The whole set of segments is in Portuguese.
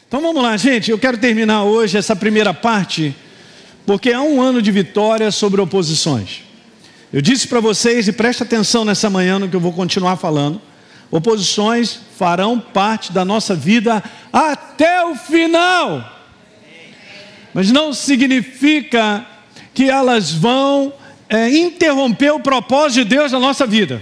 Então vamos lá, gente. Eu quero terminar hoje essa primeira parte, porque há um ano de vitória sobre oposições. Eu disse para vocês, e preste atenção nessa manhã no que eu vou continuar falando, oposições farão parte da nossa vida até o final. Mas não significa que elas vão interromper o propósito de Deus na nossa vida.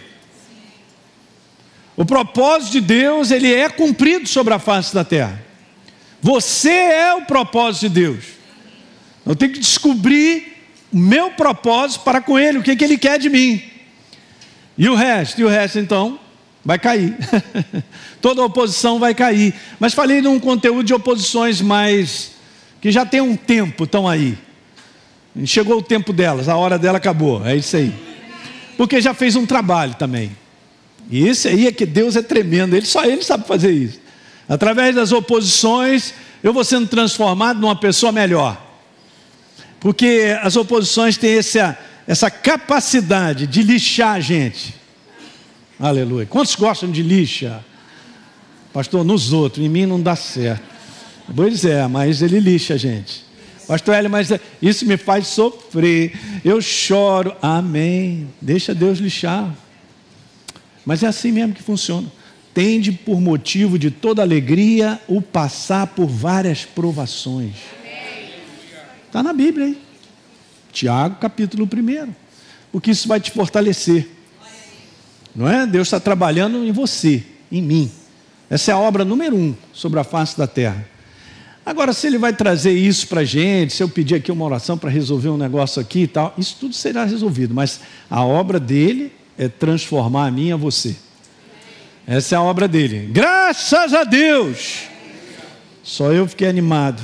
O propósito de Deus, ele é cumprido sobre a face da terra. Você é o propósito de Deus. Eu tenho que descobrir o meu propósito para com Ele, o que Ele quer de mim. E o resto então, vai cair. Toda oposição vai cair. Mas falei de um conteúdo de oposições que já tem um tempo, estão aí. Chegou o tempo delas, a hora dela acabou, é isso aí. Porque já fez um trabalho também. E esse aí é que Deus é tremendo, só Ele sabe fazer isso. Através das oposições, eu vou sendo transformado numa pessoa melhor. Porque as oposições têm essa capacidade de lixar a gente. Aleluia. Quantos gostam de lixa? Pastor, nos outros, em mim não dá certo. Pois é, mas ele lixa a gente. Pastor Hélio, mas isso me faz sofrer. Eu choro. Amém. Deixa Deus lixar. Mas é assim mesmo que funciona. Tende por motivo de toda alegria o passar por várias provações. Está na Bíblia aí. Tiago capítulo 1. Porque isso vai te fortalecer. Não é? Deus está trabalhando em você, em mim. Essa é a obra número 1 sobre a face da terra. Agora, se Ele vai trazer isso para a gente, se eu pedir aqui uma oração para resolver um negócio aqui e tal, isso tudo será resolvido. Mas a obra dele é transformar a mim e a você. Essa é a obra dele. Graças a Deus. Só eu fiquei animado.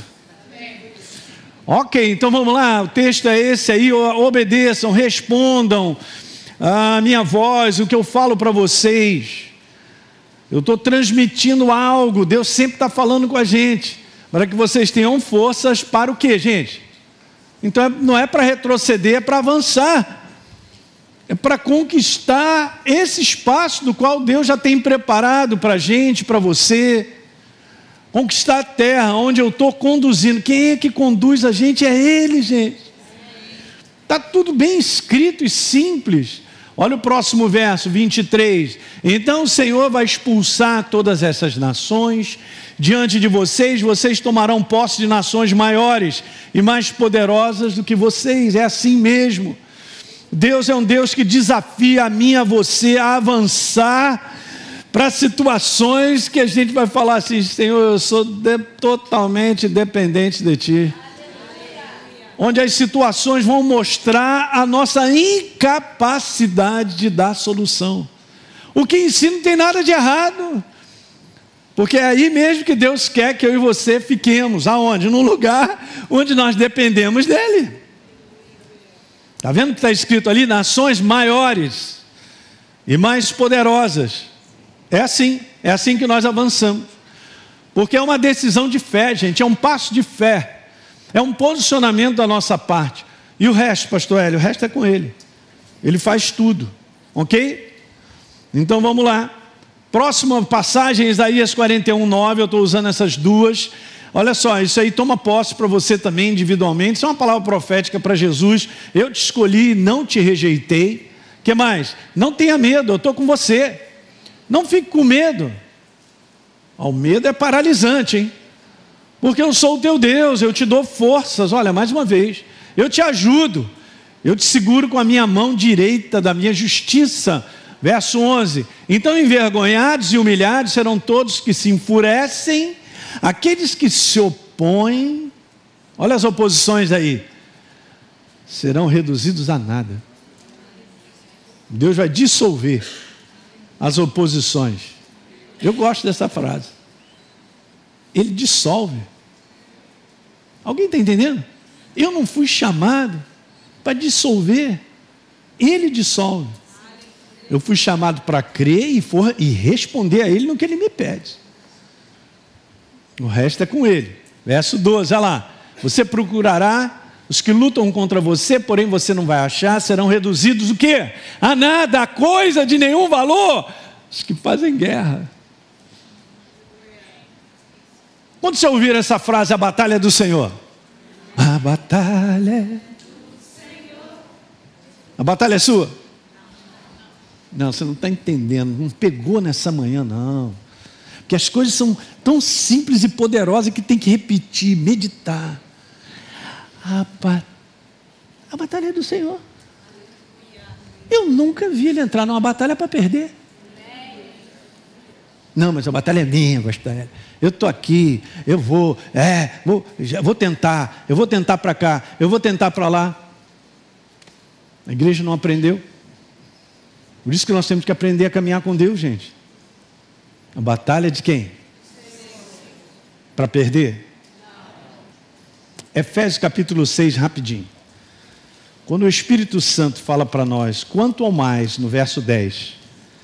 Ok, então vamos lá. O texto é esse aí. Obedeçam, respondam a minha voz, o que eu falo para vocês. Eu estou transmitindo algo. Deus sempre está falando com a gente, para que vocês tenham forças para o quê, gente? Então não é para retroceder, é para avançar. É para conquistar esse espaço do qual Deus já tem preparado para a gente, para você. Conquistar a terra onde eu estou conduzindo. Quem é que conduz a gente? É Ele, gente. Está tudo bem escrito e simples. Olha o próximo verso, 23. Então o Senhor vai expulsar todas essas nações diante de vocês. Vocês tomarão posse de nações maiores e mais poderosas do que vocês. É assim mesmo. Deus é um Deus que desafia a mim e a você a avançar para situações que a gente vai falar assim: Senhor, eu sou totalmente dependente de Ti. Onde as situações vão mostrar a nossa incapacidade de dar solução. O que em si não tem nada de errado. Porque é aí mesmo que Deus quer que eu e você fiquemos. Aonde? Num lugar onde nós dependemos dEle. Está vendo que está escrito ali? Nações maiores e mais poderosas. É assim que nós avançamos. Porque é uma decisão de fé, gente, é um passo de fé. É um posicionamento da nossa parte. E o resto, pastor Hélio, o resto é com Ele. Ele faz tudo, ok? Então vamos lá. Próxima passagem, Isaías 41:9, eu estou usando essas duas. Olha só, isso aí toma posse para você também individualmente. Isso é uma palavra profética para Jesus. Eu te escolhi e não te rejeitei. O que mais? Não tenha medo, eu estou com você. Não fique com medo. O medo é paralisante, hein? Porque eu sou o teu Deus, eu te dou forças. Olha, mais uma vez, eu te ajudo. Eu te seguro com a minha mão direita da minha justiça. Verso 11. Então envergonhados e humilhados serão todos que se enfurecem. Aqueles que se opõem, olha as oposições aí, serão reduzidos a nada. Deus vai dissolver as oposições. Eu gosto dessa frase. Ele dissolve. Alguém está entendendo? Eu não fui chamado para dissolver. Ele dissolve. Eu fui chamado para crer e responder a Ele no que Ele me pede. O resto é com Ele. Verso 12, olha lá. Você procurará os que lutam contra você, porém você não vai achar, serão reduzidos o quê? A nada, a coisa de nenhum valor. Os que fazem guerra. Quando você ouvir essa frase, a batalha é do Senhor? A batalha é do Senhor. A batalha é sua? Não, você não está entendendo, não pegou nessa manhã não. Porque as coisas são tão simples e poderosas que tem que repetir, meditar. A batalha é do Senhor. Eu nunca vi ele entrar numa batalha para perder. Não, mas a batalha é minha, pastor. Eu estou aqui, eu vou tentar para cá, eu vou tentar para lá. A igreja não aprendeu. Por isso que nós temos que aprender a caminhar com Deus, gente. A batalha é de quem? Para perder? Efésios capítulo 6, rapidinho. Quando o Espírito Santo fala para nós, quanto ao mais, no verso 10,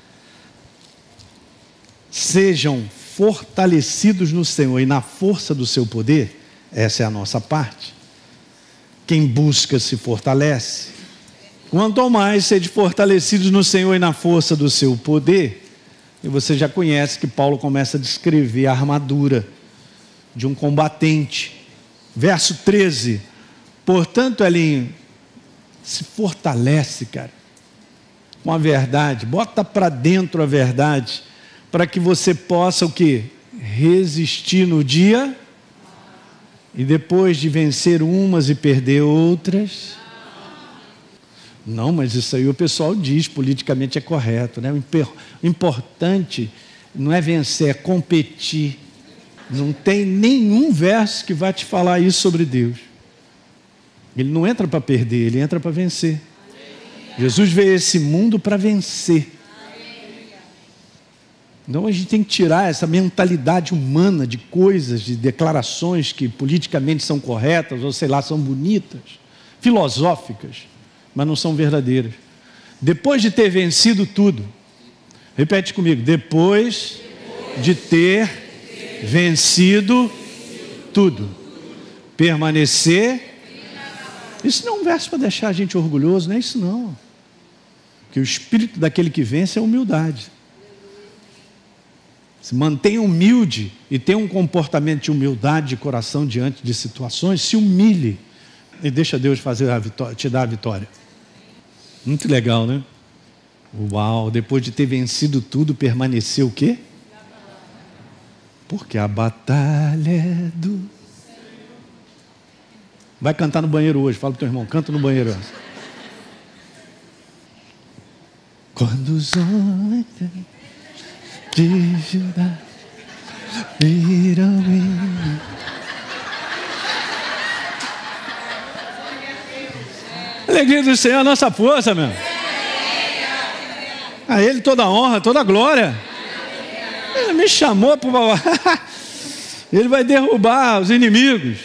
sejam fortalecidos no Senhor e na força do seu poder, essa é a nossa parte. Quem busca se fortalece. Quanto ao mais, sede fortalecidos no Senhor e na força do seu poder. E você já conhece que Paulo começa a descrever a armadura de um combatente. Verso 13. Portanto, Elinho, se fortalece, cara, com a verdade. Bota para dentro a verdade, para que você possa o quê? Resistir no dia e depois de vencer umas e perder outras. Não, mas isso aí o pessoal diz, politicamente é correto, né? O importante não é vencer, é competir. Não tem nenhum verso que vai te falar isso sobre Deus. Ele não entra para perder, ele entra para vencer. Jesus veio a esse mundo para vencer. Então a gente tem que tirar essa mentalidade humana de coisas, de declarações que politicamente são corretas, ou sei lá, são bonitas, filosóficas, mas não são verdadeiras. Depois de ter vencido tudo, repete comigo, depois de ter vencido tudo, permanecer. Isso não é um verso para deixar a gente orgulhoso, não é isso não. Que o espírito daquele que vence é humildade. Se mantenha humilde e tenha um comportamento de humildade de coração diante de situações, se humilhe e deixa Deus fazer a vitória, te dar a vitória. Muito legal, né? Uau, depois de ter vencido tudo, permaneceu o quê? Porque a batalha é do... Vai cantar no banheiro hoje, fala para o teu irmão, canta no banheiro. Quando os homens de Judá viram em... Alegria do Senhor é a nossa força, meu. A Ele toda a honra, toda a glória. Ele me chamou para... Ele vai derrubar os inimigos.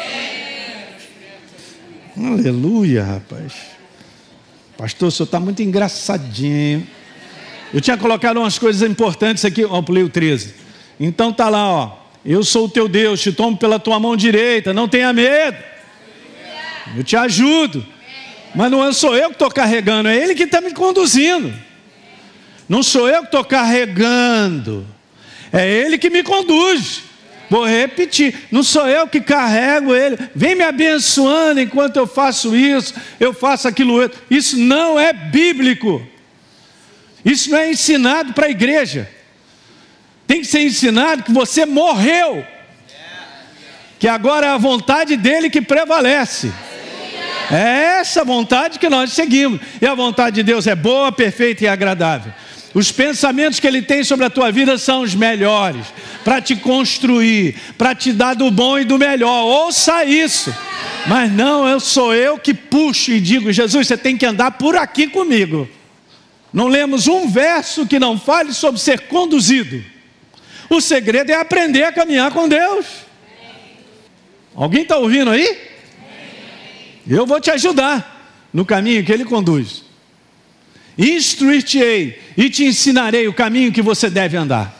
Aleluia, rapaz. Pastor, o senhor está muito engraçadinho. Eu tinha colocado umas coisas importantes aqui. Ó, pulei o 13. Então tá lá, ó. Eu sou o teu Deus, te tomo pela tua mão direita, não tenha medo. Eu te ajudo. Mas não sou eu que estou carregando, é Ele que está me conduzindo. Não sou eu que estou carregando, é Ele que me conduz. Vou repetir, não sou eu que carrego Ele. Vem me abençoando enquanto eu faço isso, eu faço aquilo outro. Isso não é bíblico. Isso não é ensinado para a igreja. Tem que ser ensinado que você morreu, que agora é a vontade dEle que prevalece. É essa vontade que nós seguimos. E a vontade de Deus é boa, perfeita e agradável. Os pensamentos que Ele tem sobre a tua vida são os melhores, para te construir, para te dar do bom e do melhor. Ouça isso. Mas não, sou eu que puxo e digo, Jesus, você tem que andar por aqui comigo. Não lemos um verso que não fale sobre ser conduzido. O segredo é aprender a caminhar com Deus. Alguém está ouvindo aí? Eu vou te ajudar no caminho que Ele conduz. Instruir-te-ei e te ensinarei o caminho que você deve andar.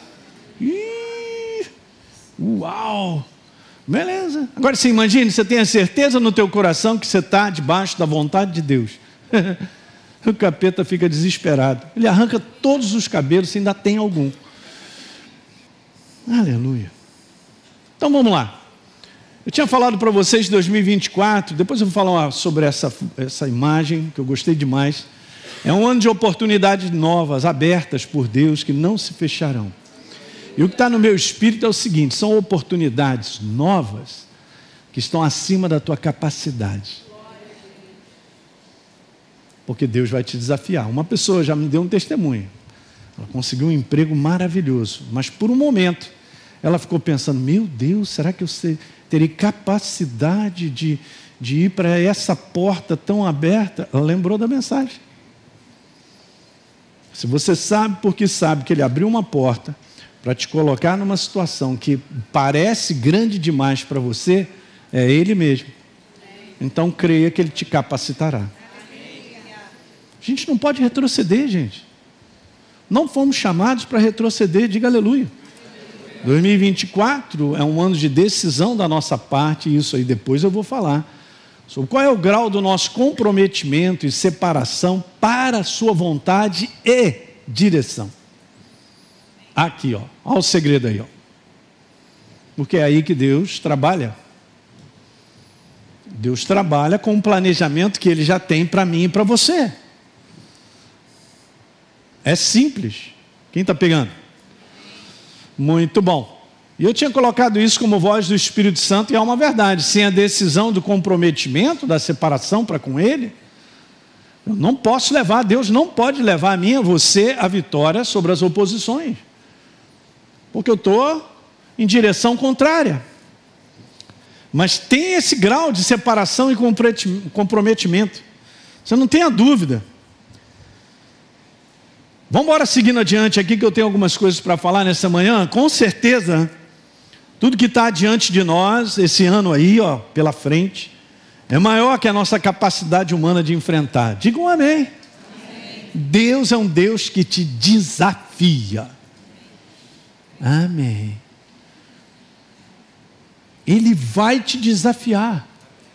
Uau! Beleza. Agora você imagine, você tem a certeza no teu coração que você está debaixo da vontade de Deus. O capeta fica desesperado. Ele arranca todos os cabelos, se ainda tem algum. Aleluia. Então vamos lá. Eu tinha falado para vocês de 2024, depois eu vou falar sobre essa imagem, que eu gostei demais. É um ano de oportunidades novas, abertas por Deus, que não se fecharão. E o que está no meu espírito é o seguinte: são oportunidades novas que estão acima da tua capacidade. Porque Deus vai te desafiar. Uma pessoa já me deu um testemunho. Ela conseguiu um emprego maravilhoso, mas por um momento ela ficou pensando: meu Deus, será que eu terei capacidade de ir para essa porta tão aberta? Ela lembrou da mensagem. Se você sabe porque sabe que Ele abriu uma porta para te colocar numa situação que parece grande demais para você, é Ele mesmo. Então creia que Ele te capacitará. A gente não pode retroceder, gente. Não fomos chamados para retroceder, diga aleluia. 2024 é um ano de decisão da nossa parte, e isso aí depois eu vou falar. Sobre qual é o grau do nosso comprometimento e separação para a sua vontade e direção. Aqui, ó. Olha o segredo aí, ó. Porque é aí que Deus trabalha. Deus trabalha com um planejamento que Ele já tem para mim e para você. É simples. Quem está pegando? Muito bom. E eu tinha colocado isso como voz do Espírito Santo, e é uma verdade. Sem a decisão do comprometimento, da separação para com Ele, eu não posso levar, Deus não pode levar a mim e a você a vitória sobre as oposições. Porque eu estou em direção contrária. Mas tem esse grau de separação e comprometimento. Você não tenha dúvida. Vamos embora seguindo adiante aqui, que eu tenho algumas coisas para falar nessa manhã. Com certeza, tudo que está diante de nós, esse ano aí, ó, pela frente, é maior que a nossa capacidade humana de enfrentar. Diga um amém. Amém. Deus é um Deus que te desafia. Amém. Ele vai te desafiar.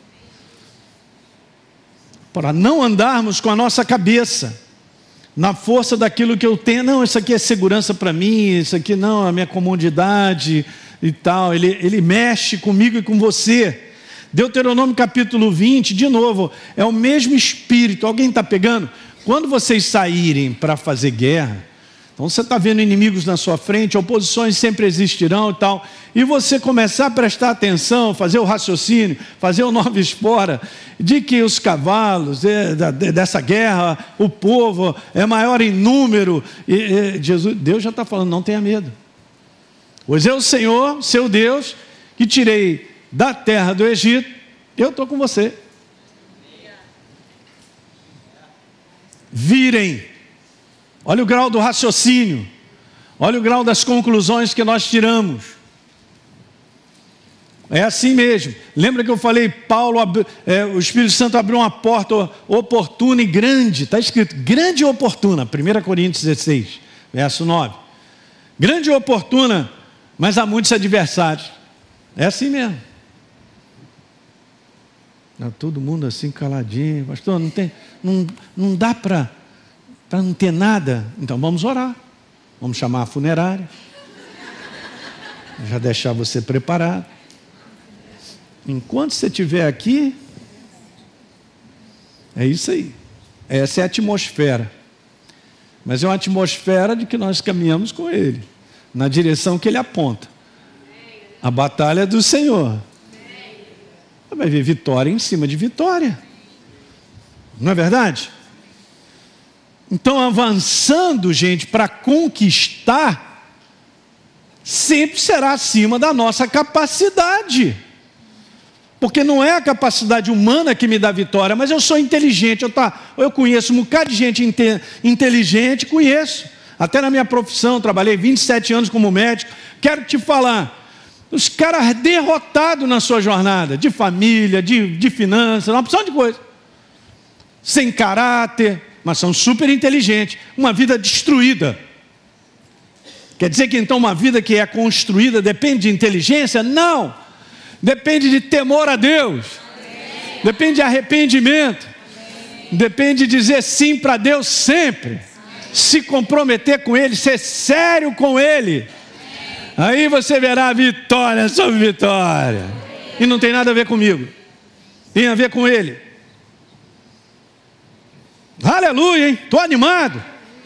Para não andarmos com a nossa cabeça na força daquilo que eu tenho. Não, isso aqui é segurança para mim, isso aqui não, a minha comodidade e tal. Ele mexe comigo e com você. Deuteronômio capítulo 20, de novo, é o mesmo espírito. Alguém está pegando? Quando vocês saírem para fazer guerra, então você está vendo inimigos na sua frente, oposições sempre existirão e tal, e você começar a prestar atenção, fazer o raciocínio, fazer o nove espora, de que os cavalos dessa guerra, o povo é maior em número, e Deus já está falando: não tenha medo, pois eu, o Senhor, seu Deus, que tirei da terra do Egito, eu estou com você. Virem. Olha o grau do raciocínio, olha o grau das conclusões que nós tiramos. É assim mesmo. Lembra que eu falei, o Espírito Santo abriu uma porta oportuna e grande, está escrito, grande e oportuna, 1 Coríntios 16, verso 9. Grande e oportuna, mas há muitos adversários. É assim mesmo. Todo mundo assim caladinho, pastor, não dá para não ter nada. Então vamos orar, vamos chamar a funerária, já deixar você preparado. Enquanto você estiver aqui, é isso aí, essa é a atmosfera, mas é uma atmosfera de que nós caminhamos com Ele, na direção que Ele aponta. A batalha é do Senhor. Vai ver vitória em cima de vitória, não é verdade? Então, avançando, gente, para conquistar, sempre será acima da nossa capacidade. Porque não é a capacidade humana que me dá vitória, mas eu sou inteligente, eu conheço um bocado de gente inteligente, conheço. Até na minha profissão, trabalhei 27 anos como médico. Quero te falar, os caras derrotados na sua jornada, de família, de finanças, uma opção de coisa. Sem caráter, mas são super inteligentes. Uma vida destruída. Quer dizer que então uma vida que é construída depende de inteligência? Não. Depende de temor a Deus. Amém. Depende de arrependimento. Amém. Depende de dizer sim para Deus sempre. Amém. Se comprometer com Ele, ser sério com Ele. Amém. Aí você verá vitória sobre vitória. E não tem nada a ver comigo, tem a ver com Ele. Aleluia, hein? Estou animado.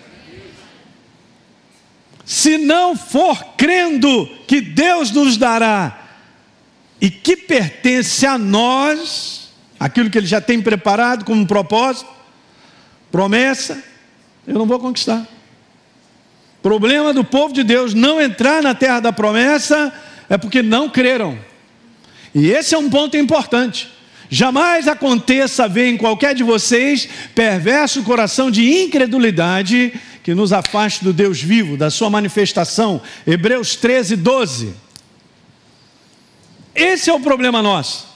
Se não for crendo que Deus nos dará e que pertence a nós, aquilo que Ele já tem preparado como propósito, promessa, eu não vou conquistar. Problema do povo de Deus não entrar na terra da promessa é porque não creram. E esse é um ponto importante. Jamais aconteça ver em qualquer de vocês perverso coração de incredulidade que nos afaste do Deus vivo, da sua manifestação. Hebreus 13, 12. Esse é o problema nosso.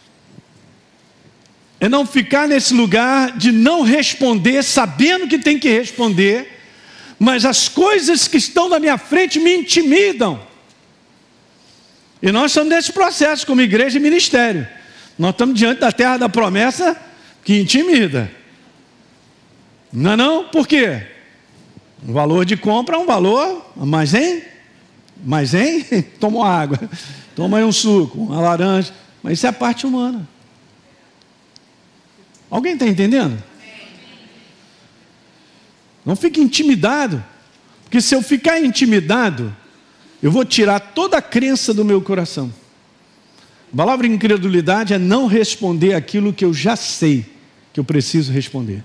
É não ficar nesse lugar de não responder, sabendo que tem que responder, mas as coisas que estão na minha frente me intimidam. E nós estamos nesse processo como igreja e ministério. Nós estamos diante da terra da promessa que intimida. Não é não? Por quê? O valor de compra é um valor, mas hein? Toma uma água, toma aí um suco, uma laranja. Mas isso é a parte humana. Alguém está entendendo? Não fique intimidado, porque se eu ficar intimidado, eu vou tirar toda a crença do meu coração. A palavra incredulidade é não responder aquilo que eu já sei que eu preciso responder.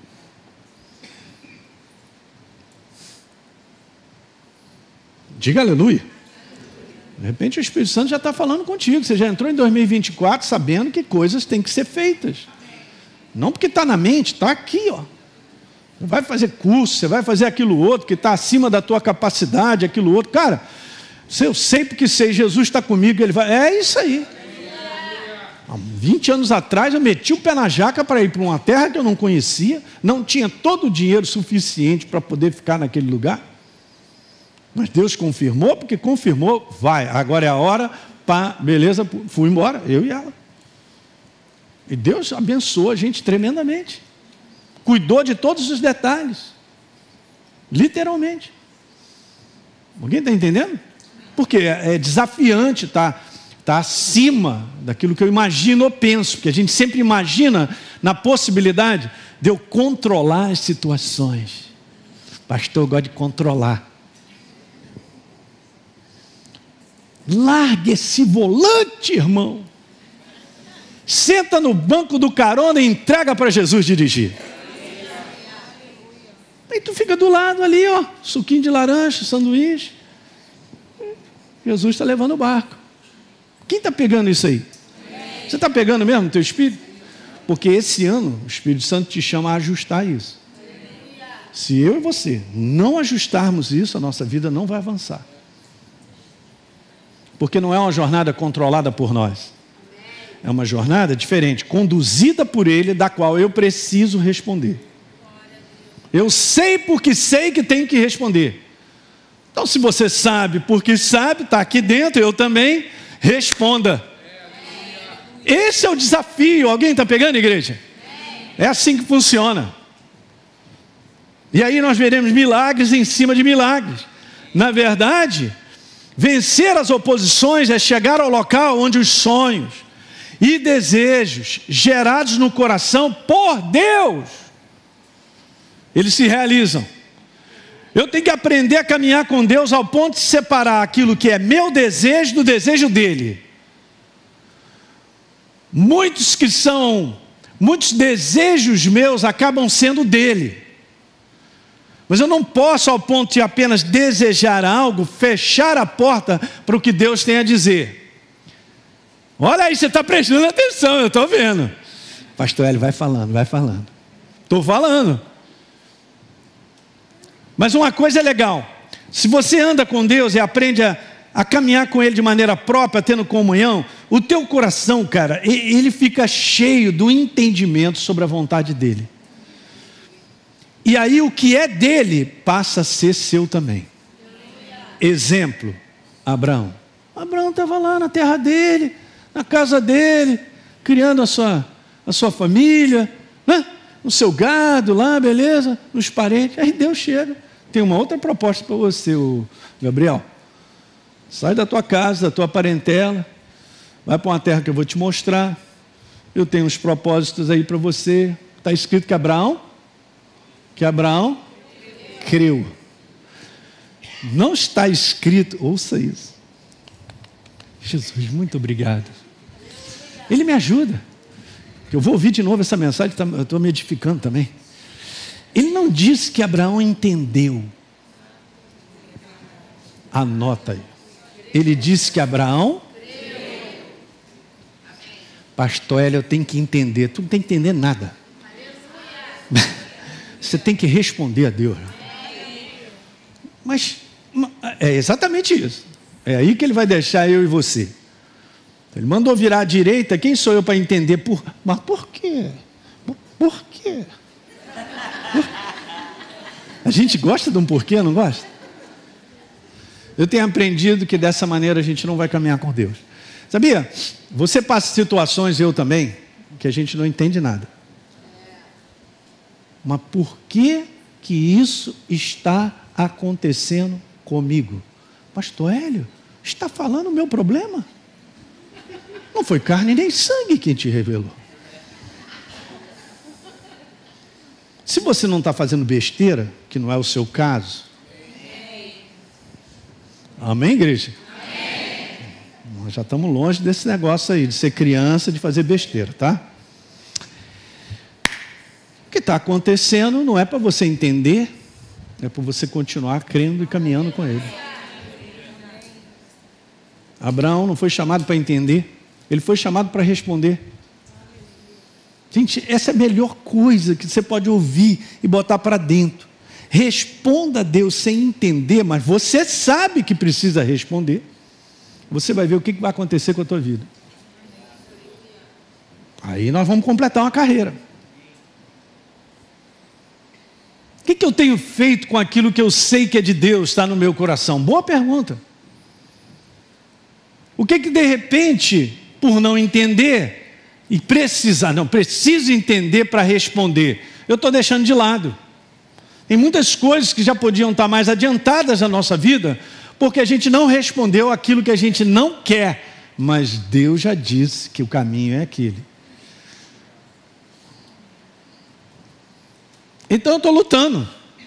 Diga aleluia. De repente o Espírito Santo já está falando contigo. Você já entrou em 2024 sabendo que coisas têm que ser feitas. Não porque está na mente, está aqui, ó. Você vai fazer curso, você vai fazer aquilo outro que está acima da tua capacidade, aquilo outro. Cara, eu sei porque sei, Jesus está comigo, Ele vai. É isso aí. Há 20 anos atrás eu meti o pé na jaca para ir para uma terra que eu não conhecia, não tinha todo o dinheiro suficiente para poder ficar naquele lugar. Mas Deus confirmou, porque confirmou, vai, agora é a hora, pá, beleza, fui embora, eu e ela. E Deus abençoou a gente tremendamente. Cuidou de todos os detalhes. Literalmente. Alguém está entendendo? Porque é desafiante, tá acima daquilo que eu imagino ou penso, porque a gente sempre imagina na possibilidade de eu controlar as situações. Pastor, eu gosto de controlar. Largue esse volante, irmão. Senta no banco do carona e entrega para Jesus dirigir. Aí tu fica do lado ali, ó, suquinho de laranja, sanduíche. Jesus está levando o barco. Quem está pegando isso aí? Você está pegando mesmo no teu espírito? Porque esse ano o Espírito Santo te chama a ajustar isso. Se eu e você não ajustarmos isso, a nossa vida não vai avançar. Porque não é uma jornada controlada por nós. É uma jornada diferente, conduzida por Ele, da qual eu preciso responder. Eu sei porque sei que tenho que responder. Então, se você sabe porque sabe, está aqui dentro, eu também, responda. Esse é o desafio. Alguém está pegando, igreja? É assim que funciona. E aí nós veremos milagres em cima de milagres. Na verdade, vencer as oposições é chegar ao local onde os sonhos e desejos gerados no coração por Deus, eles se realizam. Eu tenho que aprender a caminhar com Deus ao ponto de separar aquilo que é meu desejo do desejo dele. Muitos desejos meus acabam sendo dele. Mas eu não posso, ao ponto de apenas desejar algo, fechar a porta para o que Deus tem a dizer. Olha aí, você está prestando atenção, eu estou vendo. Pastor Hélio, vai falando. Estou falando. Mas uma coisa é legal. Se você anda com Deus e aprende a caminhar com Ele de maneira própria, tendo comunhão, o teu coração, cara, ele fica cheio do entendimento sobre a vontade dEle. E aí o que é dele passa a ser seu também. Exemplo, Abraão. Abraão estava lá na terra dele, na casa dele, criando a sua família, né? No seu gado lá, beleza, nos parentes. Aí Deus chega. Tem uma outra proposta para você, Gabriel. Sai da tua casa, da tua parentela, vai para uma terra que eu vou te mostrar. Eu tenho uns propósitos aí para você. Está escrito que Abraão creu. Não está escrito, ouça isso. Jesus, muito obrigado. Ele me ajuda. Eu vou ouvir de novo essa mensagem, eu estou me edificando também. Ele não disse que Abraão entendeu. Anota aí. Ele disse que Abraão creu. Pastor Hélio, eu tenho que entender. Tu não tem que entender nada. Você tem que responder a Deus. Mas é exatamente isso. É aí que ele vai deixar eu e você. Ele mandou virar à direita. Quem sou eu para entender? Mas por quê? Por quê? A gente gosta de um porquê, não gosta? Eu tenho aprendido que dessa maneira a gente não vai caminhar com Deus. Sabia? Você passa situações, eu também, que a gente não entende nada. Mas por que isso está acontecendo comigo? Pastor Hélio, está falando o meu problema? Não foi carne nem sangue quem te revelou. Se você não está fazendo besteira, que não é o seu caso. Amém, igreja? Amém. Nós já estamos longe desse negócio aí, de ser criança, de fazer besteira, tá? O que está acontecendo não é para você entender, é para você continuar crendo e caminhando com Ele. Abraão não foi chamado para entender, ele foi chamado para responder. Gente, essa é a melhor coisa que você pode ouvir e botar para dentro. Responda a Deus sem entender, mas você sabe que precisa responder. Você vai ver o que vai acontecer com a tua vida. Aí nós vamos completar uma carreira. O que eu tenho feito com aquilo que eu sei que é de Deus, está no meu coração? Boa pergunta. O que de repente, por não entender, e preciso entender para responder, eu estou deixando de lado. Tem muitas coisas que já podiam estar mais adiantadas na nossa vida, porque a gente não respondeu aquilo que a gente não quer, mas Deus já disse que o caminho é aquele. Então eu estou lutando.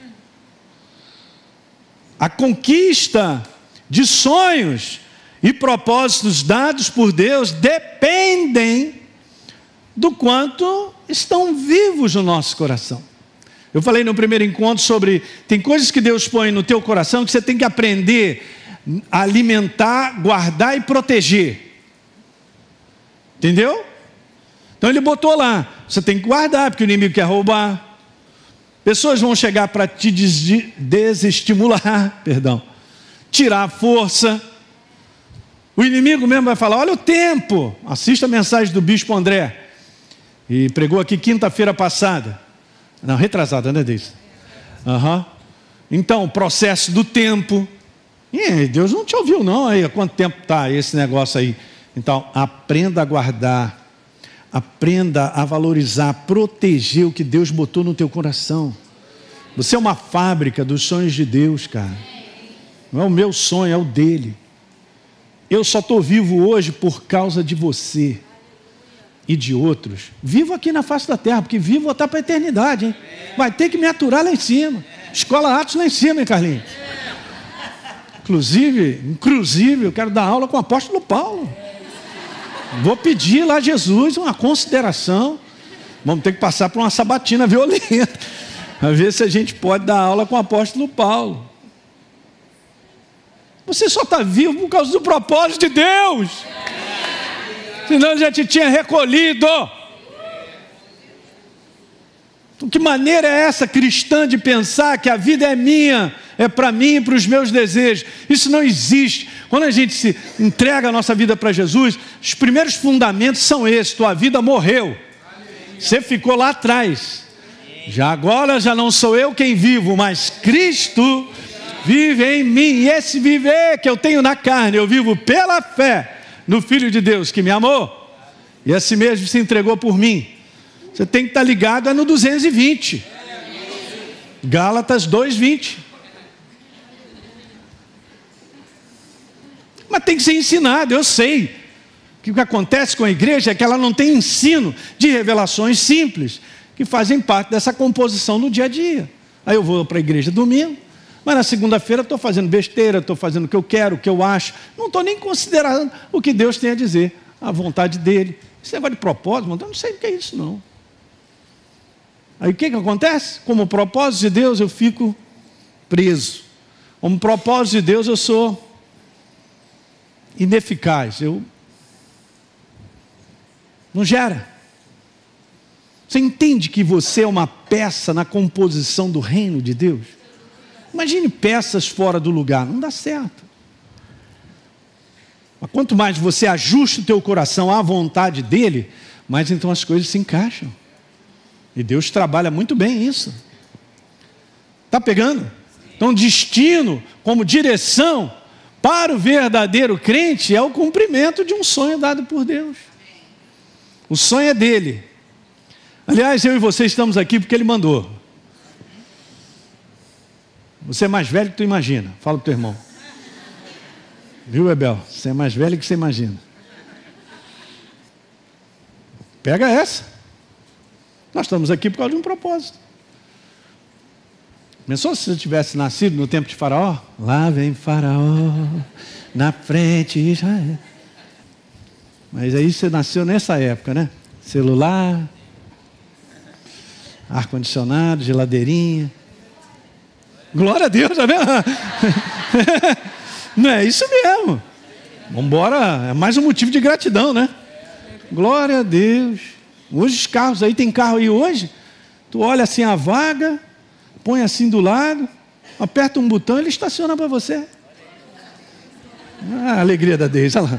A conquista de sonhos e propósitos dados por Deus dependem do quanto estão vivos no nosso coração. Eu falei no primeiro encontro sobre, tem coisas que Deus põe no teu coração que você tem que aprender a alimentar, guardar e proteger. Entendeu? Então ele botou lá, você tem que guardar, porque o inimigo quer roubar. Pessoas vão chegar para te desestimular, tirar a força. O inimigo mesmo vai falar, olha o tempo. Assista a mensagem do Bispo André. E pregou aqui quinta-feira passada. Não, retrasada, né, Deise? Então, o processo do tempo. Deus não te ouviu não, aí, há quanto tempo está esse negócio aí? Então, aprenda a guardar. Aprenda a valorizar, proteger o que Deus botou no teu coração. Você é uma fábrica dos sonhos de Deus, cara. Não é o meu sonho, é o dele. Eu só estou vivo hoje por causa de você e de outros. Vivo aqui na face da terra, porque vivo vou estar para a eternidade, hein? Vai ter que me aturar lá em cima. Escola Atos lá em cima, hein, Carlinhos? Inclusive, eu quero dar aula com o apóstolo Paulo. Vou pedir lá a Jesus uma consideração. Vamos ter que passar por uma sabatina violenta, para ver se a gente pode dar aula com o apóstolo Paulo. Você só está vivo por causa do propósito de Deus. Senão eu já te tinha recolhido. Então, que maneira é essa cristã de pensar que a vida é minha, é para mim e para os meus desejos? Isso não existe. Quando a gente se entrega a nossa vida para Jesus, os primeiros fundamentos são esses. Tua vida morreu. Você ficou lá atrás. Agora já não sou eu quem vivo, mas Cristo vive em mim. E esse viver que eu tenho na carne, eu vivo pela fé no Filho de Deus que me amou. E esse mesmo se entregou por mim. Você tem que estar ligado no 220. Gálatas 2:20. Mas tem que ser ensinado, eu sei. Que o que acontece com a igreja é que ela não tem ensino de revelações simples, que fazem parte dessa composição no dia a dia. Aí eu vou para a igreja domingo, mas na segunda-feira estou fazendo besteira, estou fazendo o que eu quero, o que eu acho, não estou nem considerando o que Deus tem a dizer, a vontade dele. Esse negócio de propósito, eu não sei o que é isso não. Aí o que acontece? Como propósito de Deus eu fico preso. Como propósito de Deus eu sou ineficaz, eu não gera. Você entende que você é uma peça na composição do reino de Deus? Imagine peças fora do lugar, não dá certo. Mas quanto mais você ajusta o teu coração à vontade dele, mais então as coisas se encaixam. E Deus trabalha muito bem isso. Está pegando? Então destino como direção para o verdadeiro crente é o cumprimento de um sonho dado por Deus. O sonho é dele. Aliás, eu e você estamos aqui porque ele mandou. Você é mais velho que tu imagina. Fala para o teu irmão. Viu, Bebel? Você é mais velho que você imagina. Pega essa. Nós estamos aqui por causa de um propósito. Pensou se você tivesse nascido no tempo de Faraó? Lá vem Faraó, na frente Israel. Mas aí você nasceu nessa época, né? Celular, ar-condicionado, geladeirinha. Glória a Deus, tá vendo? Não é isso mesmo. Vamos embora, é mais um motivo de gratidão, né? Glória a Deus. Hoje os carros aí, tem carro aí hoje, tu olha assim a vaga, põe assim do lado, aperta um botão e ele estaciona para você. Ah, a alegria da Deus, olha lá.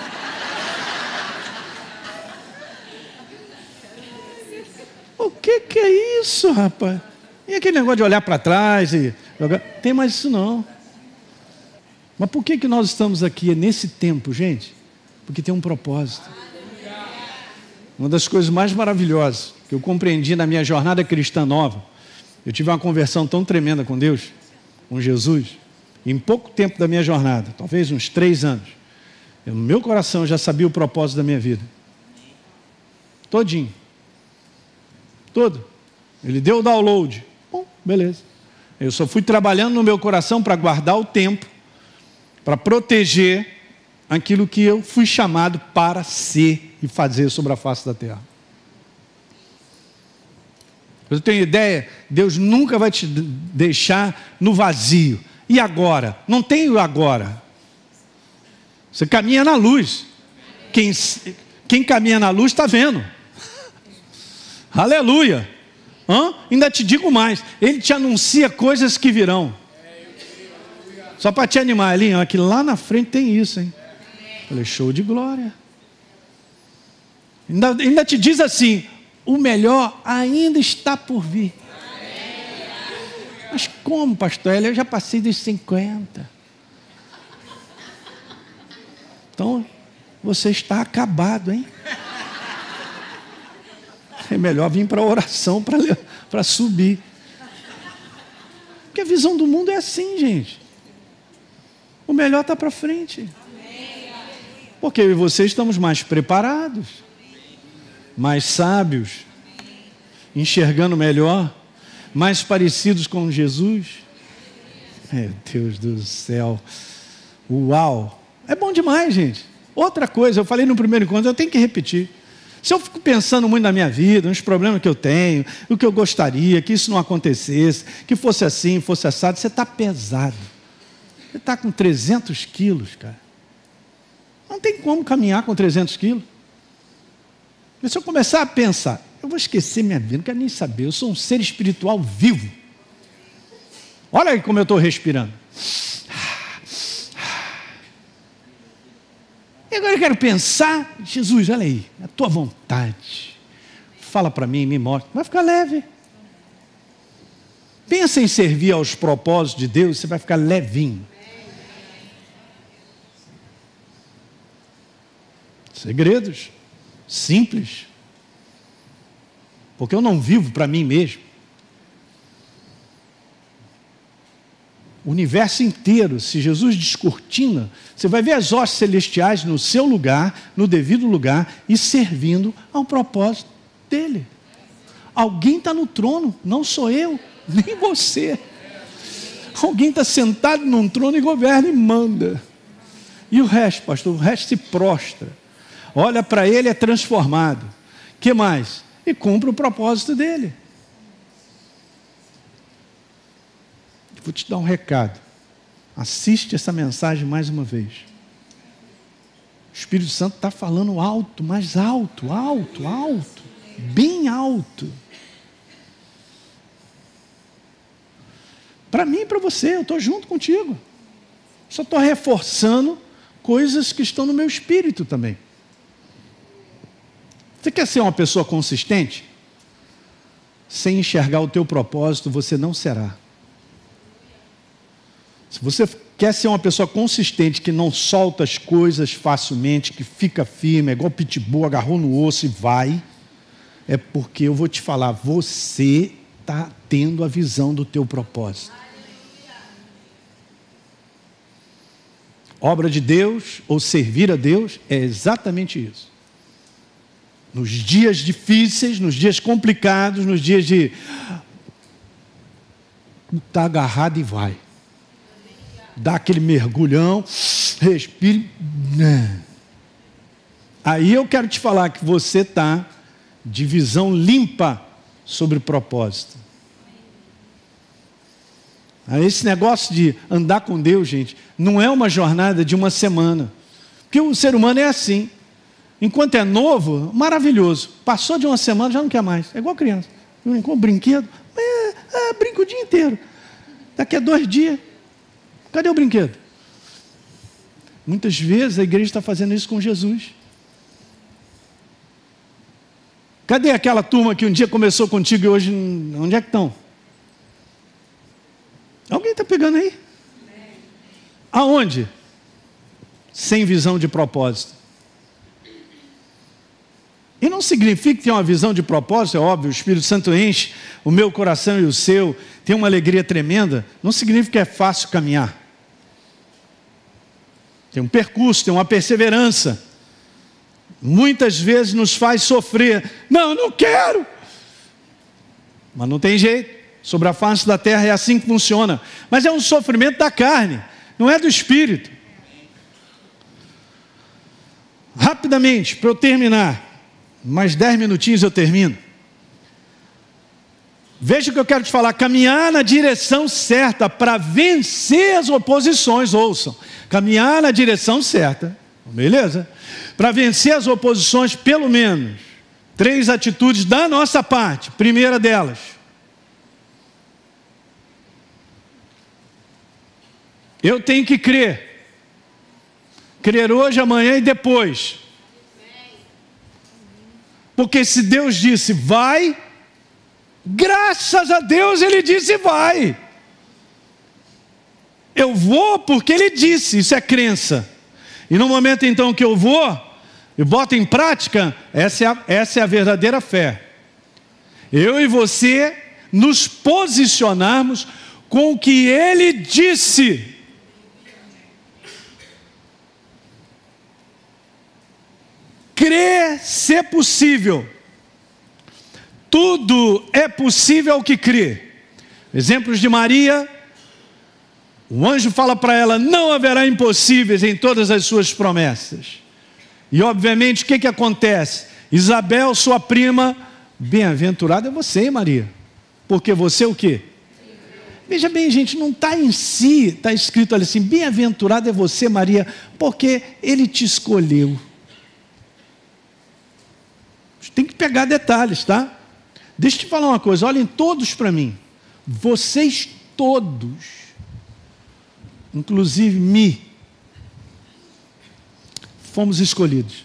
O que é isso, rapaz? E aquele negócio de olhar para trás e jogar? Tem mais isso não. Mas por que nós estamos aqui nesse tempo, gente? Porque tem um propósito. Uma das coisas mais maravilhosas que eu compreendi na minha jornada cristã nova, eu tive uma conversão tão tremenda com Deus, com Jesus, em pouco tempo da minha jornada, talvez uns 3 anos, no meu coração eu já sabia o propósito da minha vida. Todinho. Todo. Ele deu o download. Bom, beleza. Eu só fui trabalhando no meu coração para guardar o tempo, para proteger aquilo que eu fui chamado para ser e fazer sobre a face da terra. Eu tenho ideia, Deus nunca vai te deixar no vazio. E agora? Não tem o agora. Você caminha na luz. Quem caminha na luz está vendo. Aleluia. Ainda te digo mais, ele te anuncia coisas que virão. Só para te animar ali, aqui lá na frente tem isso, hein? Falei, show de glória. Ainda te diz assim, o melhor ainda está por vir. Mas como, pastor? Eu já passei dos 50. Então, você está acabado, hein? É melhor vir para a oração para subir. Porque a visão do mundo é assim, gente. O melhor está para frente. Porque eu e você estamos mais preparados, mais sábios, enxergando melhor, mais parecidos com Jesus. Meu Deus do céu. Uau! É bom demais, gente. Outra coisa, eu falei no primeiro encontro, eu tenho que repetir. Se eu fico pensando muito na minha vida, nos problemas que eu tenho, o que eu gostaria, que isso não acontecesse, que fosse assim, fosse assado, você está pesado. Você está com 300 quilos, cara. Não tem como caminhar com 300 quilos. Mas se eu começar a pensar, eu vou esquecer minha vida, não quero nem saber, eu sou um ser espiritual vivo. Olha aí como eu estou respirando. E agora eu quero pensar, Jesus, olha aí, a tua vontade. Fala para mim, me mostra. Vai ficar leve. Pensa em servir aos propósitos de Deus, você vai ficar levinho. Segredos simples. Porque eu não vivo para mim mesmo. o universo inteiro, se Jesus descortina, você vai ver as hostes celestiais no seu lugar, no devido lugar, e servindo ao propósito dele. Alguém está no trono, não sou eu, nem você. Alguém está sentado num trono e governa e manda. E o resto, pastor, o resto se prostra. Olha para ele, é transformado. O que mais? E cumpre o propósito dele. Vou te dar um recado. Assiste essa mensagem mais uma vez. O Espírito Santo está falando alto, mais alto, alto, alto. Bem alto. Para mim e para você, eu estou junto contigo. Só estou reforçando coisas que estão no meu espírito também. Você quer ser uma pessoa consistente? Sem enxergar o teu propósito, você não será. Se você quer ser uma pessoa consistente, que não solta as coisas facilmente, que fica firme, é igual pitbull, agarrou no osso e vai, é porque eu vou te falar, você está tendo a visão do teu propósito. Obra de Deus, ou servir a Deus, é exatamente isso. Nos dias difíceis, nos dias complicados, nos dias de... está agarrado e vai. Dá aquele mergulhão, respire. Aí eu quero te falar que você está de visão limpa sobre o propósito. Aí esse negócio de andar com Deus, gente, não é uma jornada de uma semana. Porque o ser humano é assim. Enquanto é novo, maravilhoso. Passou de uma semana, já não quer mais. É igual criança. Brincou um brinquedo, brinca o dia inteiro. Daqui a 2 dias, cadê o brinquedo? Muitas vezes a igreja está fazendo isso com Jesus. Cadê aquela turma que um dia começou contigo e hoje, onde é que estão? Alguém está pegando aí? Aonde? Sem visão de propósito. E não significa que tem uma visão de propósito, é óbvio, o Espírito Santo enche o meu coração e o seu, tem uma alegria tremenda, não significa que é fácil caminhar. Tem um percurso, tem uma perseverança. Muitas vezes nos faz sofrer. Não, eu não quero. Mas não tem jeito. Sobre a face da terra é assim que funciona. Mas é um sofrimento da carne, não é do espírito. Rapidamente, para eu terminar, mais 10 minutinhos eu termino. Veja o que eu quero te falar. Caminhar na direção certa para vencer as oposições. Ouçam. Caminhar na direção certa. Beleza? Para vencer as oposições, pelo menos 3 atitudes da nossa parte. Primeira delas. Eu tenho que crer. Crer hoje, amanhã e depois. Porque se Deus disse vai, graças a Deus Ele disse vai. Eu vou porque Ele disse, isso é crença. E no momento então que eu vou, e boto em prática, essa é a verdadeira fé. Eu e você nos posicionarmos com o que Ele disse. Crer ser possível. Tudo é possível ao que crê. Exemplos de Maria. O anjo fala para ela, não haverá impossíveis em todas as suas promessas. E obviamente o que acontece? Isabel, sua prima, bem-aventurada é você, hein, Maria? Porque você o quê? Veja bem, gente, não está em si, está escrito ali assim, bem-aventurada é você, Maria, porque Ele te escolheu. Tem que pegar detalhes, tá? Deixa eu te falar uma coisa, olhem todos para mim. Vocês todos, inclusive fomos escolhidos.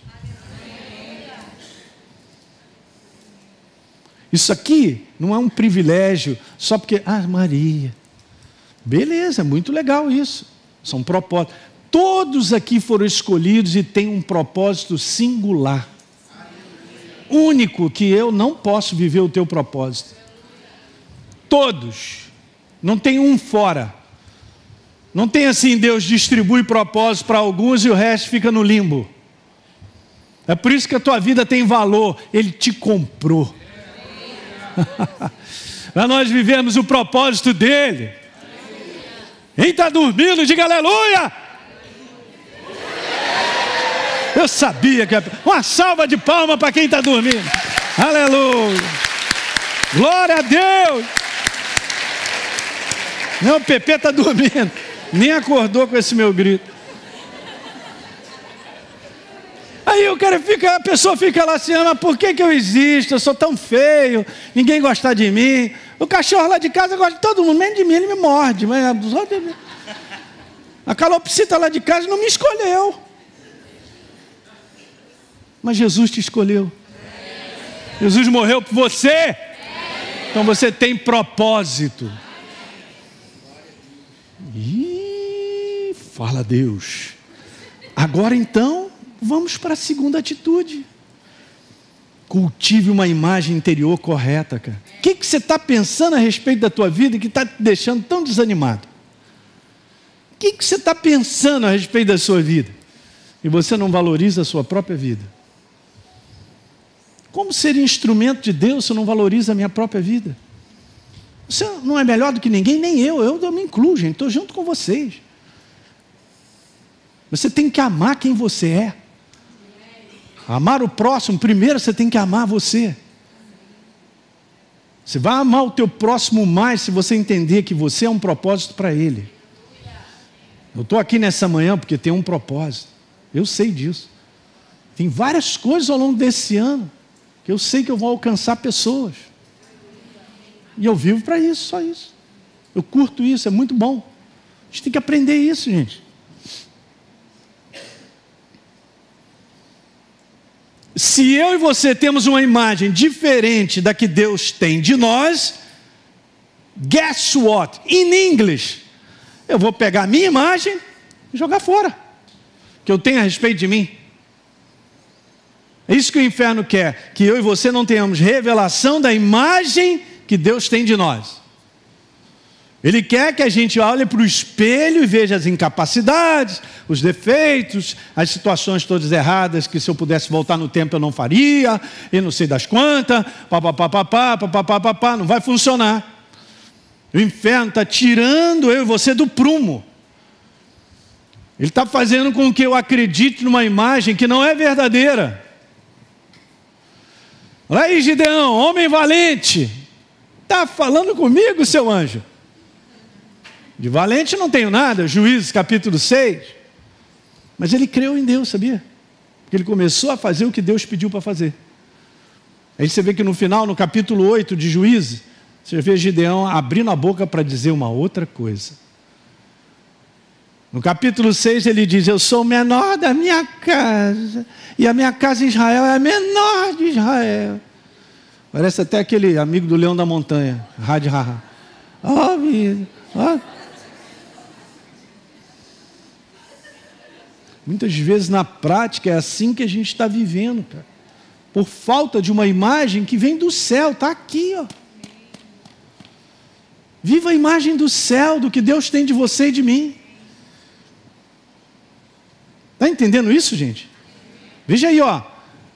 Isso aqui não é um privilégio só porque, Maria. Beleza, é muito legal isso. São propósitos. Todos aqui foram escolhidos e têm um propósito singular. Único, que eu não posso viver o teu propósito. Todos. Não tem um fora. Não tem assim, Deus distribui propósito para alguns e o resto fica no limbo. É por isso que a tua vida tem valor. Ele te comprou. Para nós vivemos o propósito dele. Quem está dormindo, diga aleluia. Eu sabia que... Uma salva de palmas para quem está dormindo. Aleluia. Glória a Deus. Não, o Pepe está dormindo. Nem acordou com esse meu grito. Aí a pessoa fica lá assim, mas por que eu existo? Eu sou tão feio, ninguém gosta de mim. O cachorro lá de casa gosta de todo mundo, menos de mim, ele me morde. Mas a calopsita lá de casa não me escolheu. Mas Jesus te escolheu. Jesus morreu por você. Então você tem propósito. Ih, fala Deus. Agora então, vamos para a segunda atitude. Cultive uma imagem interior correta, cara. O que você está pensando a respeito da tua vida que está te deixando tão desanimado? O que você está pensando a respeito da sua vida? E você não valoriza a sua própria vida? Como ser instrumento de Deus se eu não valorizo a minha própria vida? Você não é melhor do que ninguém, nem eu me incluo, gente, estou junto com vocês. Você tem que amar quem você é. Amar o próximo, primeiro você tem que amar você. Você vai amar o teu próximo mais se você entender que você é um propósito para ele. Eu estou aqui nessa manhã porque tem um propósito. Eu sei disso. Tem várias coisas ao longo desse ano que eu sei que eu vou alcançar pessoas. E eu vivo para isso, só isso. Eu curto isso, é muito bom. A gente tem que aprender isso, gente. Se eu e você temos uma imagem diferente da que Deus tem de nós, guess what? In English, eu vou pegar a minha imagem e jogar fora, que eu tenho a respeito de mim. É isso que o inferno quer, que eu e você não tenhamos revelação da imagem que Deus tem de nós. Ele quer que a gente olhe para o espelho e veja as incapacidades, os defeitos, as situações todas erradas, que se eu pudesse voltar no tempo eu não faria, e não sei das quantas, papapá, não vai funcionar. O inferno está tirando eu e você do prumo. Ele está fazendo com que eu acredite numa imagem que não é verdadeira. Olha aí, Gideão, homem valente. Está falando comigo, seu anjo? De valente não tenho nada, Juízes capítulo 6. Mas ele creu em Deus, sabia? Porque ele começou a fazer o que Deus pediu para fazer. Aí você vê que no final, no capítulo 8 de Juízes, você vê Gideão abrindo a boca para dizer uma outra coisa. No capítulo 6 ele diz, eu sou o menor da minha casa, e a minha casa em Israel é a menor de Israel. Parece até aquele amigo do Leão da Montanha, Rádio Haha. Oh, vida, oh. Muitas vezes na prática é assim que a gente está vivendo, cara. Por falta de uma imagem que vem do céu, está aqui, ó. Viva a imagem do céu, do que Deus tem de você e de mim. Está entendendo isso, gente? Veja aí, ó.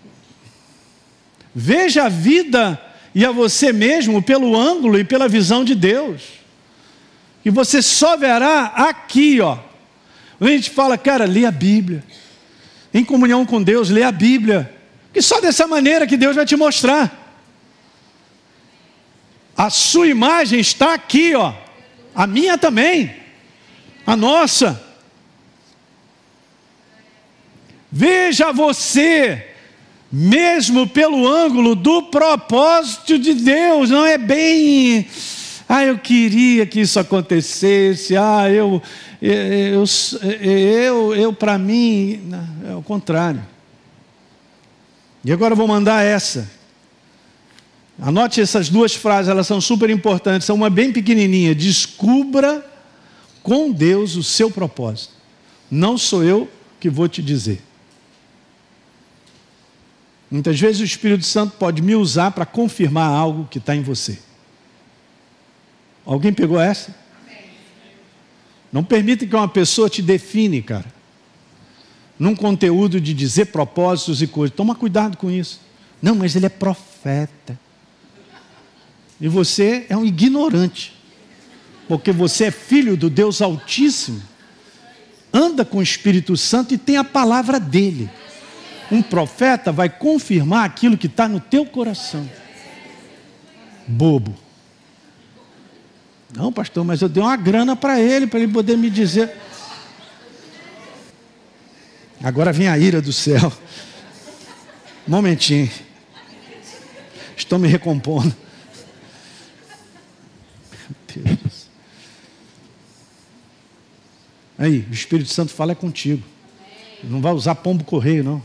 Veja a vida e a você mesmo pelo ângulo e pela visão de Deus. E você só verá aqui, ó. A gente fala, cara, lê a Bíblia. Em comunhão com Deus, lê a Bíblia. Que só dessa maneira que Deus vai te mostrar. A sua imagem está aqui, ó. A minha também. A nossa. Veja você, mesmo pelo ângulo do propósito de Deus. Não é bem... eu queria que isso acontecesse. Para mim, é o contrário. E agora eu vou mandar essa. Anote essas duas frases, elas são super importantes. São uma bem pequenininha. Descubra com Deus o seu propósito. Não sou eu que vou te dizer. Muitas vezes o Espírito Santo pode me usar para confirmar algo que está em você. Alguém pegou essa? Não permita que uma pessoa te define, cara, num conteúdo de dizer propósitos e coisas. Toma cuidado com isso. Não, mas ele é profeta. E você é um ignorante. Porque você é filho do Deus Altíssimo. Anda com o Espírito Santo e tem a palavra dele. Um profeta vai confirmar aquilo que está no teu coração. Bobo. Não, pastor, mas eu dei uma grana para ele poder me dizer. Agora vem a ira do céu. Um momentinho. Estou me recompondo. Meu Deus. Aí, o Espírito Santo fala é contigo. Não vai usar pombo correio, não.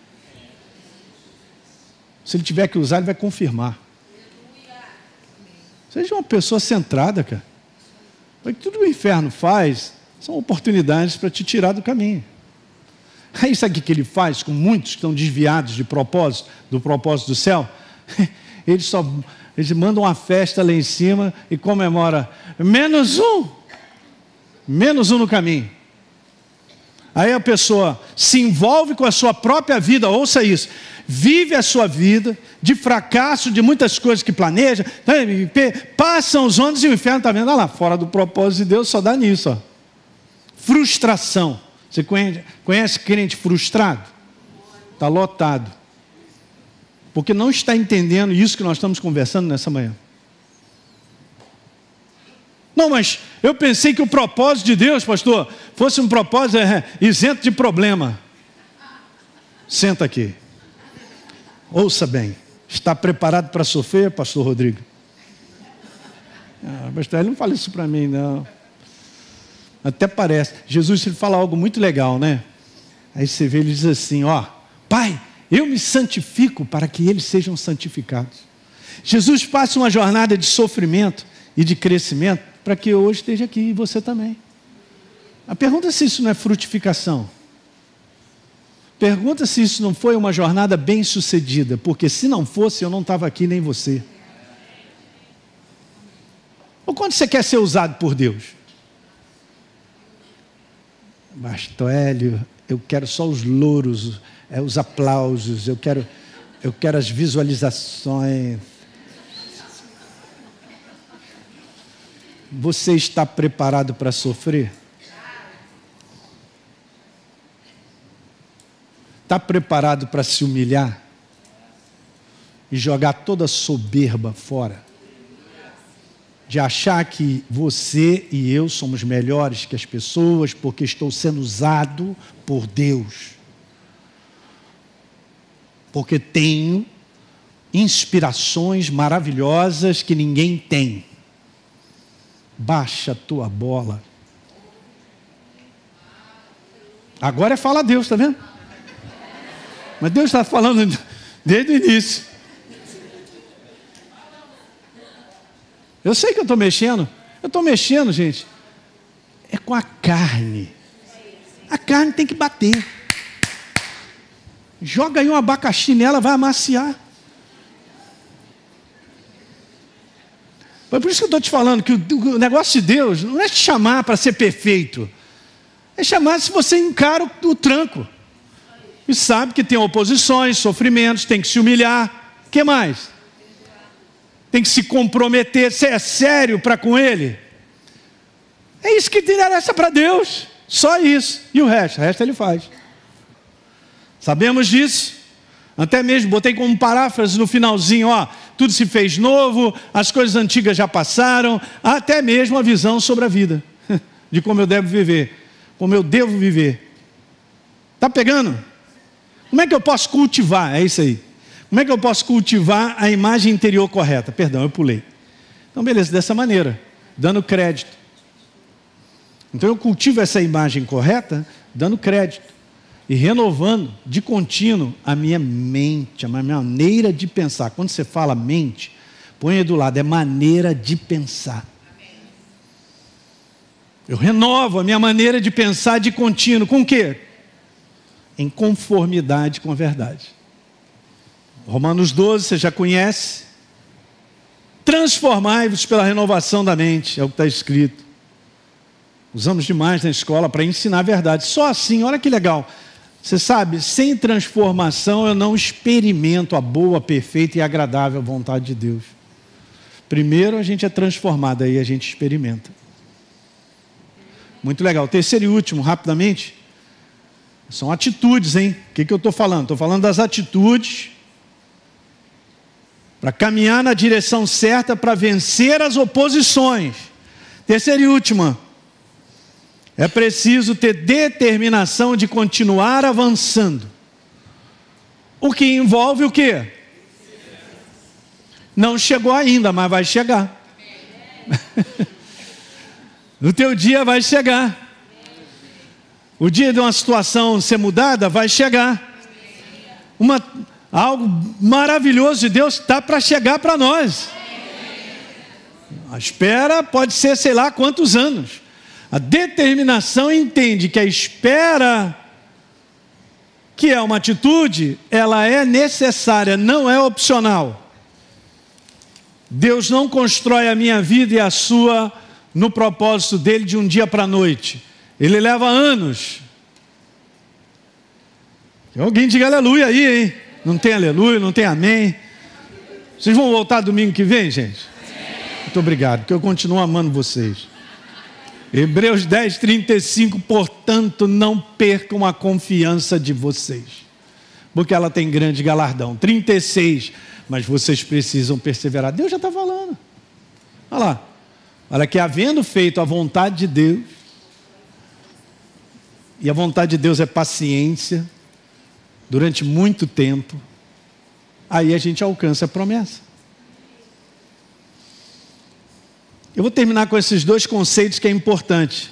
Se ele tiver que usar, ele vai confirmar. Seja uma pessoa centrada, cara. Porque tudo que o inferno faz são oportunidades para te tirar do caminho. Aí sabe o que ele faz com muitos que estão desviados do propósito do céu? Eles mandam uma festa lá em cima e comemora menos um no caminho. Aí a pessoa se envolve com a sua própria vida, ouça isso, vive a sua vida de fracasso, de muitas coisas que planeja, passam os anos e o inferno está vendo, olha lá, fora do propósito de Deus só dá nisso, ó. Frustração. Você conhece crente frustrado? Está lotado. Porque não está entendendo isso que nós estamos conversando nessa manhã. Não, mas eu pensei que o propósito de Deus, pastor, fosse um propósito isento de problema. Senta aqui. Ouça bem. Está preparado para sofrer, pastor Rodrigo? Pastor, ele não fala isso para mim, não. Até parece. Jesus ele fala algo muito legal, né? Aí você vê, ele diz assim, ó, Pai, eu me santifico para que eles sejam santificados. Jesus passa uma jornada de sofrimento e de crescimento para que eu hoje esteja aqui e você também. A pergunta é se isso não é frutificação. Pergunta se isso não foi uma jornada bem sucedida, porque se não fosse eu não estava aqui nem você. Ou quando você quer ser usado por Deus? Pastor Hélio, eu quero só os louros, os aplausos, eu quero as visualizações. Você está preparado para sofrer? Está preparado para se humilhar? E jogar toda a soberba fora? De achar que você e eu somos melhores que as pessoas porque estou sendo usado por Deus. Porque tenho inspirações maravilhosas que ninguém tem. Baixa a tua bola. Agora fala a Deus, está vendo? Mas Deus está falando desde o início. Eu sei que eu estou mexendo. Eu estou mexendo, gente. É com a carne. A carne tem que bater. Joga aí um abacaxi nela, vai amaciar. Por isso que eu estou te falando que o negócio de Deus não é te chamar para ser perfeito. É chamar se você encara o tranco. E sabe que tem oposições, sofrimentos, tem que se humilhar. O que mais? Tem que se comprometer. Você é sério para com Ele? É isso que interessa para Deus. Só isso. E o resto Ele faz. Sabemos disso. Até mesmo botei como paráfrase no finalzinho, ó, tudo se fez novo, as coisas antigas já passaram, até mesmo a visão sobre a vida, de como eu devo viver, como eu devo viver. Está pegando? Como é que eu posso cultivar? É isso aí. Como é que eu posso cultivar a imagem interior correta? Perdão, eu pulei. Então, beleza, dessa maneira, dando crédito. Então, eu cultivo essa imagem correta, dando crédito. E renovando de contínuo a minha mente, a minha maneira de pensar. Quando você fala mente, põe aí do lado, é maneira de pensar. Eu renovo a minha maneira de pensar de contínuo. Com o quê? Em conformidade com a verdade. Romanos 12, você já conhece. Transformai-vos pela renovação da mente, é o que está escrito. Usamos demais na escola para ensinar a verdade. Só assim, olha que legal. Você sabe, sem transformação eu não experimento a boa, perfeita e agradável vontade de Deus. Primeiro a gente é transformado, aí a gente experimenta. Muito legal. Terceiro e último, rapidamente, são atitudes, hein? O que eu estou falando? Estou falando das atitudes para caminhar na direção certa, para vencer as oposições. Terceira e última, é preciso ter determinação de continuar avançando. O que envolve o quê? Não chegou ainda, mas vai chegar. O teu dia vai chegar. O dia de uma situação ser mudada vai chegar. Algo maravilhoso de Deus está para chegar para nós. A espera pode ser sei lá quantos anos. A determinação entende que a espera, que é uma atitude, ela é necessária, não é opcional. Deus não constrói a minha vida e a sua no propósito dele de um dia para a noite. Ele leva anos. Alguém diga aleluia aí, hein? Não tem aleluia, não tem amém. Vocês vão voltar domingo que vem, gente? Muito obrigado, porque eu continuo amando vocês. Hebreus 10, 35, portanto, não percam a confiança de vocês, porque ela tem grande galardão. 36, mas vocês precisam perseverar. Deus já está falando. Olha lá. Olha que havendo feito a vontade de Deus, e a vontade de Deus é paciência, durante muito tempo, aí a gente alcança a promessa. Eu vou terminar com esses dois conceitos que é importante.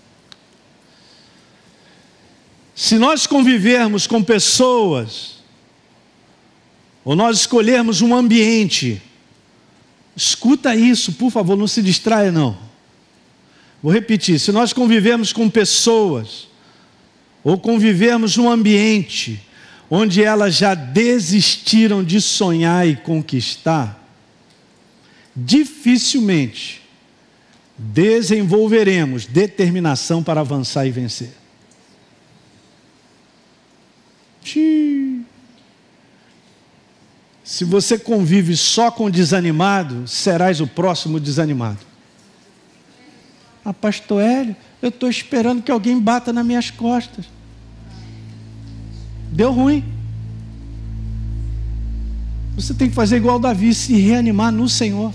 Se nós convivermos com pessoas, ou nós escolhermos um ambiente, escuta isso, por favor, não se distraia não. Vou repetir, se nós convivermos com pessoas, ou convivermos num ambiente, onde elas já desistiram de sonhar e conquistar, dificilmente desenvolveremos determinação para avançar e vencer. Se você convive só com desanimado, serás o próximo desanimado. Pastor Hélio, eu estou esperando que alguém bata nas minhas costas. Deu ruim. Você tem que fazer igual Davi, se reanimar no Senhor.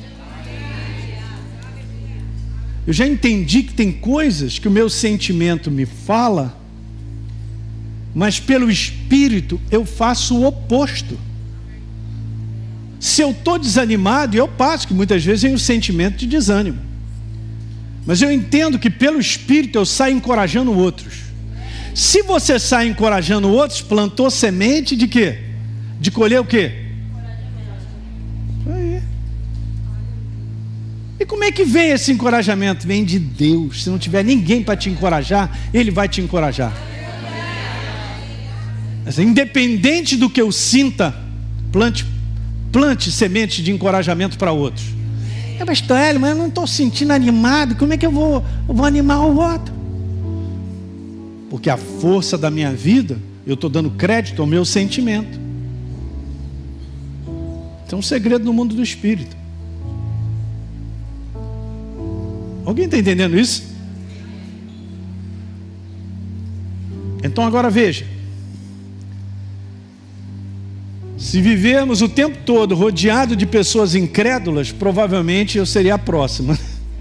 Eu já entendi que tem coisas que o meu sentimento me fala, mas pelo Espírito eu faço o oposto. Se eu estou desanimado, eu passo, que muitas vezes vem o sentimento de desânimo. Mas eu entendo que pelo Espírito eu saio encorajando outros. Se você sai encorajando outros, plantou semente de quê? De colher o quê? Aí. E como é que vem esse encorajamento? Vem de Deus. Se não tiver ninguém para te encorajar, Ele vai te encorajar. Mas, independente do que eu sinta, plante semente de encorajamento para outros. Pastor Hélio, mas eu não estou sentindo animado, como é que eu vou animar o outro? Porque a força da minha vida, eu estou dando crédito ao meu sentimento. Isso é um segredo no mundo do Espírito. Alguém está entendendo isso? Então agora veja. Se vivermos o tempo todo rodeado de pessoas incrédulas, provavelmente eu seria a próxima.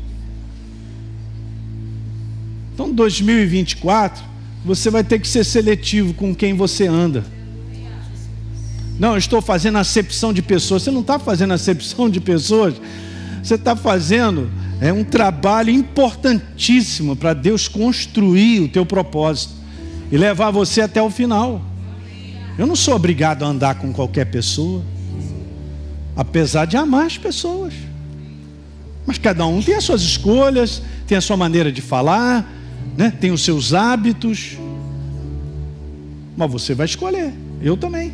Então 2024, você vai ter que ser seletivo com quem você anda. Não, eu estou fazendo acepção de pessoas. Você não está fazendo acepção de pessoas. Você está fazendo um trabalho importantíssimo para Deus construir o teu propósito e levar você até o final. Eu não sou obrigado a andar com qualquer pessoa, apesar de amar as pessoas. Mas cada um tem as suas escolhas, tem a sua maneira de falar, né? Tem os seus hábitos. Mas você vai escolher, eu também.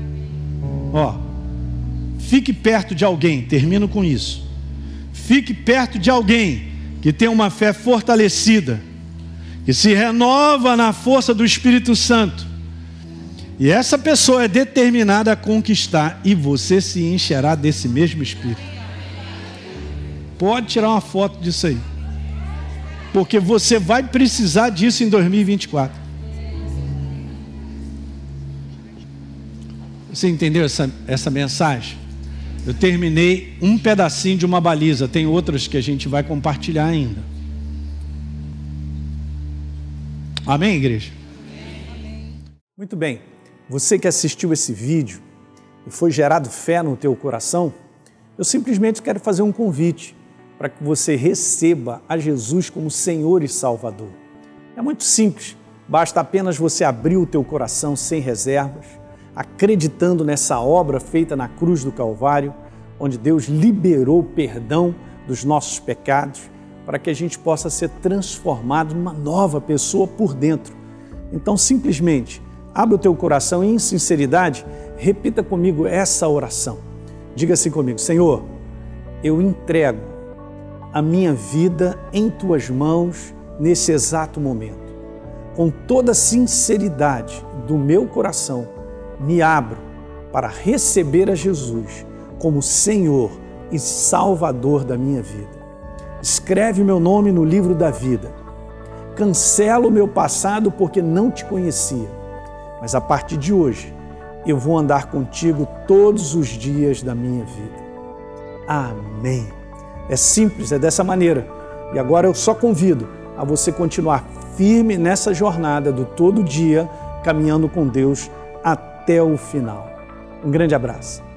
Fique perto de alguém, termino com isso. Fique perto de alguém que tem uma fé fortalecida, e se renova na força do Espírito Santo. E essa pessoa é determinada a conquistar, e você se encherá desse mesmo Espírito. Pode tirar uma foto disso aí, porque você vai precisar disso em 2024. Você entendeu essa mensagem? Eu terminei um pedacinho de uma baliza, tem outras que a gente vai compartilhar ainda. Amém, igreja? Muito bem, você que assistiu esse vídeo e foi gerado fé no teu coração, eu simplesmente quero fazer um convite para que você receba a Jesus como Senhor e Salvador. É muito simples, basta apenas você abrir o teu coração sem reservas, acreditando nessa obra feita na cruz do Calvário, onde Deus liberou o perdão dos nossos pecados, para que a gente possa ser transformado numa nova pessoa por dentro. Então, simplesmente, abre o teu coração e, em sinceridade, repita comigo essa oração. Diga assim comigo: Senhor, eu entrego a minha vida em Tuas mãos nesse exato momento. Com toda a sinceridade do meu coração, me abro para receber a Jesus como Senhor e Salvador da minha vida. Escreve meu nome no livro da vida. Cancela o meu passado porque não Te conhecia. Mas a partir de hoje, eu vou andar contigo todos os dias da minha vida. Amém. É simples, é dessa maneira. E agora eu só convido a você continuar firme nessa jornada do todo dia, caminhando com Deus até o final. Um grande abraço.